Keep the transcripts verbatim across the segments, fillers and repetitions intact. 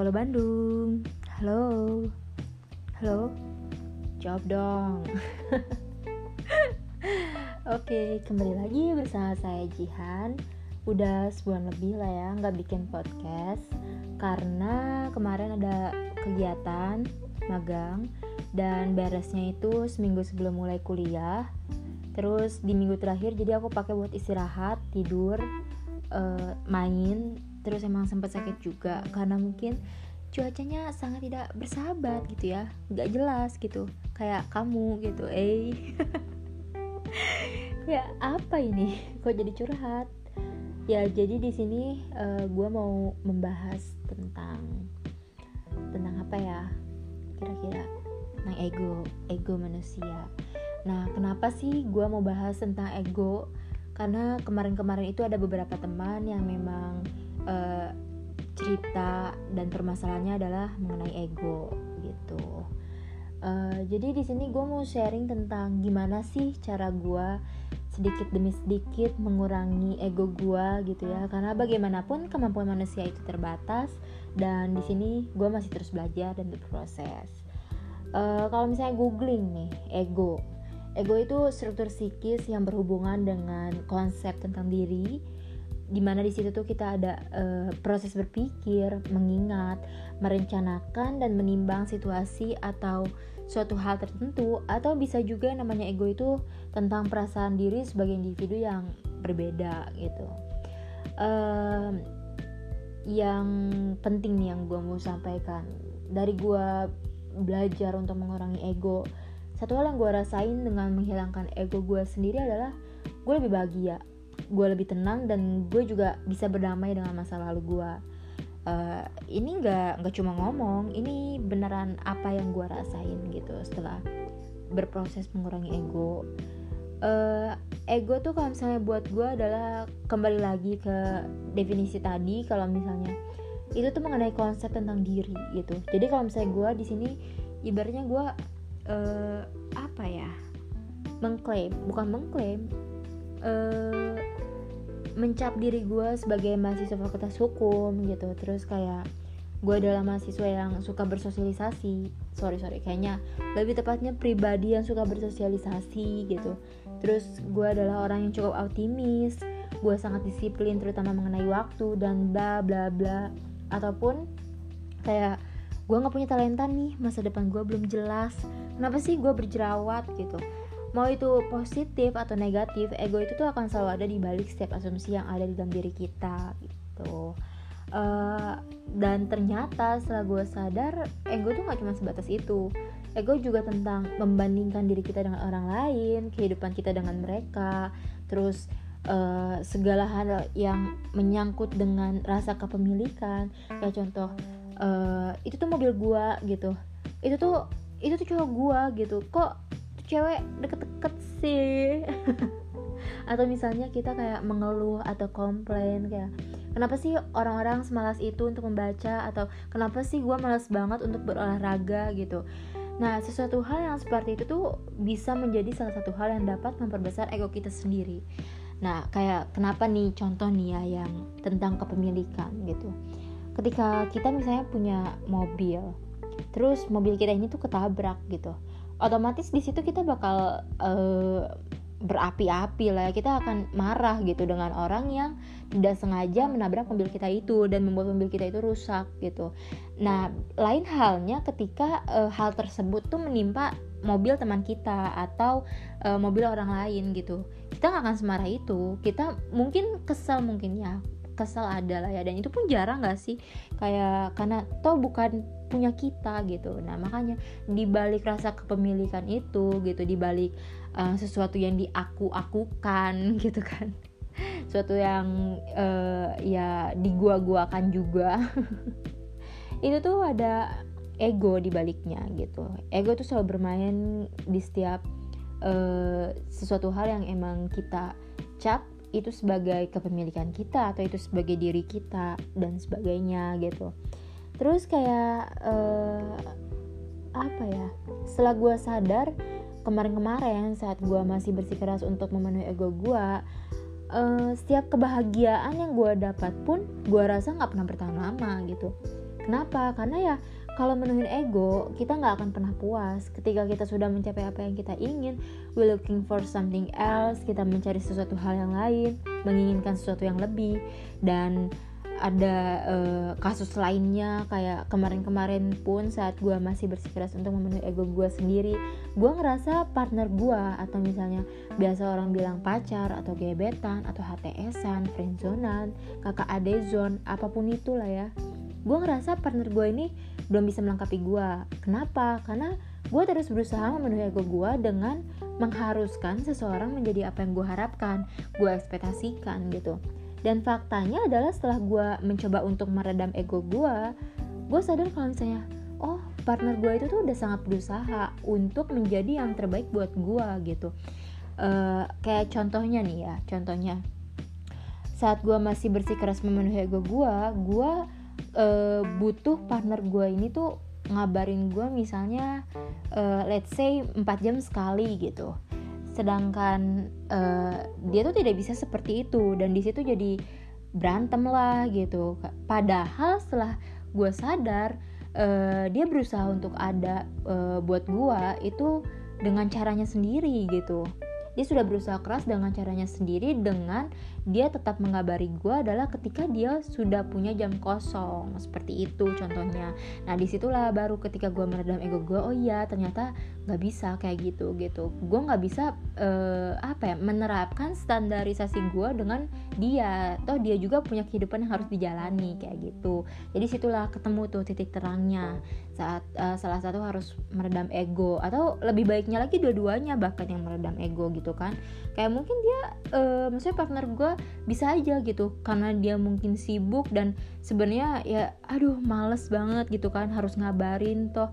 Halo Bandung. Halo. Halo. Jawab dong. Oke, kembali lagi bersama saya Jihan. Udah sebulan lebih lah ya nggak bikin podcast karena kemarin ada kegiatan magang dan beresnya itu seminggu sebelum mulai kuliah. Terus di minggu terakhir jadi aku pakai buat istirahat, tidur, uh, main. Terus emang sempat sakit juga karena mungkin cuacanya sangat tidak bersahabat gitu ya, nggak jelas gitu, kayak kamu gitu, eh. Ya apa ini? Kok jadi curhat? Ya jadi di sini uh, gue mau membahas tentang tentang apa ya? Kira-kira tentang ego, ego manusia. Nah, kenapa sih gue mau bahas tentang ego? Karena kemarin-kemarin itu ada beberapa teman yang memang uh, cerita dan permasalahannya adalah mengenai ego gitu. Uh, jadi di sini gue mau sharing tentang gimana sih cara gue sedikit demi sedikit mengurangi ego gue gitu ya. Karena bagaimanapun kemampuan manusia itu terbatas dan di sini gue masih terus belajar dan berproses. Uh, kalau misalnya googling nih ego. Ego itu struktur psikis yang berhubungan dengan konsep tentang diri, di mana di situ tuh kita ada uh, proses berpikir, mengingat, merencanakan dan menimbang situasi atau suatu hal tertentu, atau bisa juga namanya ego itu tentang perasaan diri sebagai individu yang berbeda gitu. Uh, yang penting nih yang gue mau sampaikan dari gue belajar untuk mengurangi ego. Satu hal yang gue rasain dengan menghilangkan ego gue sendiri adalah gue lebih bahagia, gue lebih tenang, dan gue juga bisa berdamai dengan masa lalu gue. Uh, ini nggak nggak cuma ngomong, ini beneran apa yang gue rasain gitu setelah berproses mengurangi ego. Uh, ego tuh kalau misalnya buat gue adalah kembali lagi ke definisi tadi, kalau misalnya itu tuh mengenai konsep tentang diri gitu. Jadi kalau misalnya gue di sini ibaratnya gue Uh, apa ya mengklaim bukan mengklaim uh, mencap diri gue sebagai mahasiswa fakultas hukum gitu. Terus kayak gue adalah mahasiswa yang suka bersosialisasi sorry sorry kayaknya lebih tepatnya pribadi yang suka bersosialisasi gitu. Terus gue adalah orang yang cukup optimis, gue sangat disiplin terutama mengenai waktu dan bla bla bla. Ataupun kayak gue gak punya talenta nih, masa depan gue belum jelas, kenapa sih gue berjerawat gitu. Mau itu positif atau negatif, ego itu tuh akan selalu ada di balik setiap asumsi yang ada di dalam diri kita gitu. uh, Dan ternyata setelah gue sadar, ego tuh gak cuma sebatas itu. Ego juga tentang membandingkan diri kita dengan orang lain, kehidupan kita dengan mereka, terus uh, segala hal yang menyangkut dengan rasa kepemilikan. Kayak contoh, Uh, itu tuh mobil gua gitu, itu tuh itu tuh cowok gua gitu, kok cewek deket-deket sih. Atau misalnya kita kayak mengeluh atau komplain kayak kenapa sih orang-orang semalas itu untuk membaca, atau kenapa sih gua malas banget untuk berolahraga gitu. Nah, sesuatu hal yang seperti itu tuh bisa menjadi salah satu hal yang dapat memperbesar ego kita sendiri. Nah, kayak kenapa nih contoh nih ya yang tentang kepemilikan gitu. Ketika kita misalnya punya mobil, terus mobil kita ini tuh ketabrak gitu, otomatis di situ kita bakal uh, berapi-api lah ya. Kita akan marah gitu dengan orang yang tidak sengaja menabrak mobil kita itu dan membuat mobil kita itu rusak gitu. Nah, lain halnya ketika uh, hal tersebut tuh menimpa mobil teman kita atau uh, mobil orang lain gitu. Kita gak akan semarah itu. Kita mungkin kesel, mungkin ya kesel ada lah ya, dan itu pun jarang gak sih, kayak karena toh bukan punya kita gitu. Nah makanya dibalik rasa kepemilikan itu gitu, dibalik uh, sesuatu yang diaku-akukan gitu kan, sesuatu yang uh, ya digua-guakan juga. Itu tuh ada ego dibaliknya gitu. Ego tuh selalu bermain di setiap uh, sesuatu hal yang emang kita cap itu sebagai kepemilikan kita atau itu sebagai diri kita dan sebagainya gitu. Terus kayak uh, apa ya, setelah gue sadar kemarin-kemarin saat gue masih bersikeras untuk memenuhi ego gue, uh, setiap kebahagiaan yang gue dapat pun gue rasa nggak pernah bertahan lama gitu. Kenapa? Karena ya kalau menuhin ego, kita nggak akan pernah puas. Ketika kita sudah mencapai apa yang kita ingin, we looking for something else, kita mencari sesuatu hal yang lain, menginginkan sesuatu yang lebih. Dan ada uh, kasus lainnya kayak kemarin-kemarin pun saat gue masih bersikeras untuk memenuhi ego gue sendiri, gue ngerasa partner gue, atau misalnya biasa orang bilang pacar atau gebetan atau H T S-an, friendzonan, kakak adezon, apapun itulah ya, gue ngerasa partner gue ini belum bisa melengkapi gue. Kenapa? Karena gue terus berusaha memenuhi ego gue dengan mengharuskan seseorang menjadi apa yang gue harapkan, gue ekspektasikan gitu. Dan faktanya adalah setelah gue mencoba untuk meredam ego gue, gue sadar kalau misalnya, oh partner gue itu tuh udah sangat berusaha untuk menjadi yang terbaik buat gue gitu. Uh, kayak contohnya nih ya, contohnya saat gue masih bersikeras memenuhi ego gue, gue uh, butuh partner gue ini tuh ngabarin gue misalnya uh, let's say empat jam sekali gitu. Sedangkan uh, dia tuh tidak bisa seperti itu, dan di situ jadi berantem lah gitu. Padahal setelah gue sadar uh, dia berusaha untuk ada uh, buat gue itu dengan caranya sendiri gitu. Dia sudah berusaha keras dengan caranya sendiri, dengan dia tetap mengabari gue adalah ketika dia sudah punya jam kosong, seperti itu contohnya. Nah disitulah baru ketika gue meredam ego gue, oh iya ternyata nggak bisa kayak gitu gitu. Gue nggak bisa uh, apa ya menerapkan standarisasi gue dengan dia, toh dia juga punya kehidupan yang harus dijalani kayak gitu. Jadi situlah ketemu tuh titik terangnya saat uh, salah satu harus meredam ego, atau lebih baiknya lagi dua-duanya bahkan yang meredam ego gitu kan. Kayak mungkin dia uh, maksudnya partner gue bisa aja gitu karena dia mungkin sibuk dan sebenarnya ya aduh males banget gitu kan harus ngabarin, toh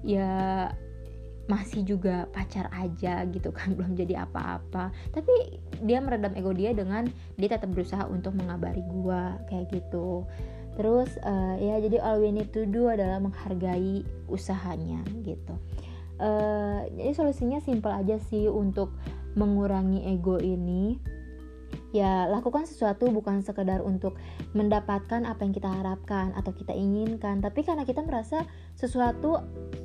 ya masih juga pacar aja gitu kan, belum jadi apa-apa, tapi dia meredam ego dia dengan dia tetap berusaha untuk mengabari gue kayak gitu. Terus uh, ya jadi all we need to do adalah menghargai usahanya gitu. Uh, jadi solusinya simpel aja sih untuk mengurangi ego ini. Ya lakukan sesuatu bukan sekedar untuk mendapatkan apa yang kita harapkan atau kita inginkan, tapi karena kita merasa sesuatu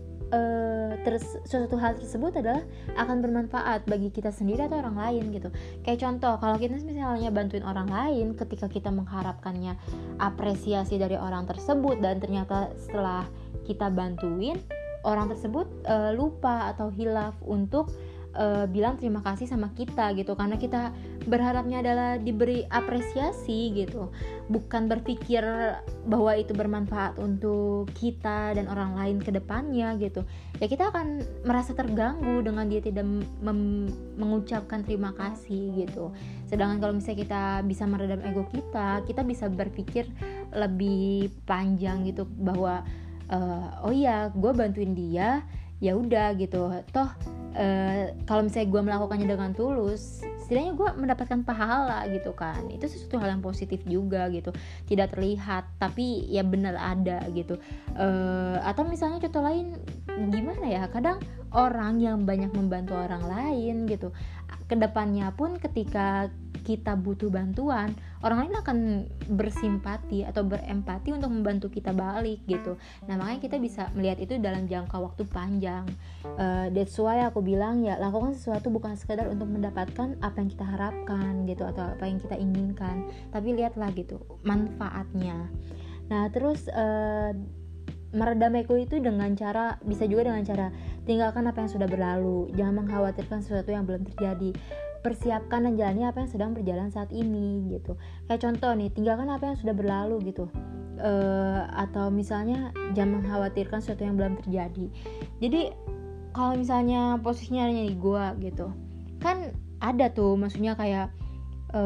Uh, terus suatu hal tersebut adalah akan bermanfaat bagi kita sendiri atau orang lain gitu. Kayak contoh, kalau kita misalnya bantuin orang lain, ketika kita mengharapkannya apresiasi dari orang tersebut dan ternyata setelah kita bantuin orang tersebut uh, lupa atau hilaf untuk uh, bilang terima kasih sama kita gitu, karena kita berharapnya adalah diberi apresiasi gitu, bukan berpikir bahwa itu bermanfaat untuk kita dan orang lain ke depannya gitu. Ya kita akan merasa terganggu dengan dia tidak mem- mengucapkan terima kasih gitu. Sedangkan kalau misalnya kita bisa meredam ego kita, kita bisa berpikir lebih panjang gitu bahwa uh, oh iya gue bantuin dia, ya udah gitu, toh uh, kalau misalnya gue melakukannya dengan tulus, setidaknya gue mendapatkan pahala gitu kan. Itu sesuatu hal yang positif juga gitu, tidak terlihat tapi ya benar ada gitu. Uh, atau misalnya contoh lain gimana ya, kadang orang yang banyak membantu orang lain gitu, kedepannya pun ketika kita butuh bantuan, orang lain akan bersimpati atau berempati untuk membantu kita balik gitu. Nah makanya kita bisa melihat itu dalam jangka waktu panjang. uh, That's why aku bilang ya lakukan sesuatu bukan sekadar untuk mendapatkan apa yang kita harapkan gitu atau apa yang kita inginkan, tapi lihatlah gitu manfaatnya. Nah terus uh, meredam ego itu dengan cara, bisa juga dengan cara tinggalkan apa yang sudah berlalu, jangan mengkhawatirkan sesuatu yang belum terjadi, persiapkan dan jalani apa yang sedang berjalan saat ini gitu. Kayak contoh nih, tinggalkan apa yang sudah berlalu gitu, e, atau misalnya jangan mengkhawatirkan sesuatu yang belum terjadi. Jadi kalau misalnya posisinya hanya di gue gitu, kan ada tuh maksudnya kayak e,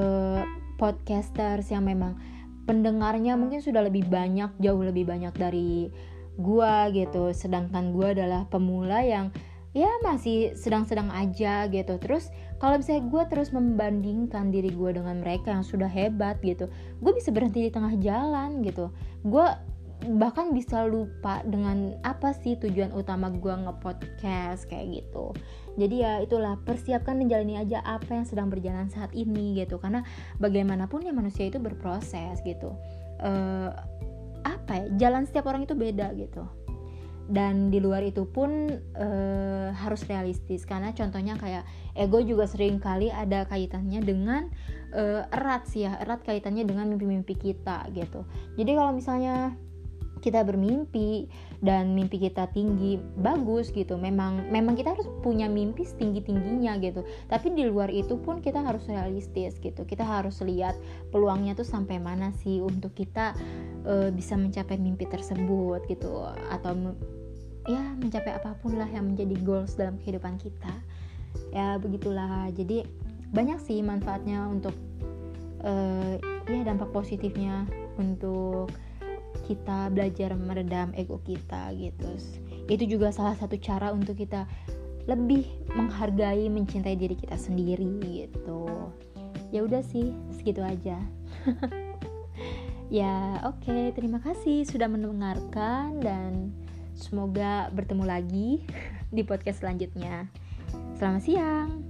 podcasters yang memang pendengarnya mungkin sudah lebih banyak, jauh lebih banyak dari gua gitu, sedangkan gua adalah pemula yang ya masih sedang-sedang aja gitu. Terus kalau misalnya gua terus membandingkan diri gua dengan mereka yang sudah hebat gitu, gua bisa berhenti di tengah jalan gitu. Gua bahkan bisa lupa dengan apa sih tujuan utama gua nge-podcast kayak gitu. Jadi ya itulah, persiapkan dan jalani aja apa yang sedang berjalan saat ini gitu, karena bagaimanapun ya manusia itu berproses gitu. uh, apa apa ya, jalan setiap orang itu beda gitu. Dan di luar itu pun uh, harus realistis, karena contohnya kayak ego juga sering kali ada kaitannya dengan uh, erat sih ya, erat kaitannya dengan mimpi-mimpi kita gitu. Jadi kalau misalnya kita bermimpi dan mimpi kita tinggi, bagus gitu, memang memang kita harus punya mimpi setinggi-tingginya gitu. Tapi di luar itu pun kita harus realistis gitu, kita harus lihat peluangnya tuh sampai mana sih untuk kita uh, bisa mencapai mimpi tersebut gitu, atau ya mencapai apapun lah yang menjadi goals dalam kehidupan kita. Ya begitulah. Jadi banyak sih manfaatnya untuk uh, ya dampak positifnya untuk kita belajar meredam ego kita gitu. Itu juga salah satu cara untuk kita lebih menghargai, mencintai diri kita sendiri gitu. Ya udah sih, segitu aja. Ya oke, okay, terima kasih sudah mendengarkan dan semoga bertemu lagi di podcast selanjutnya. Selamat siang.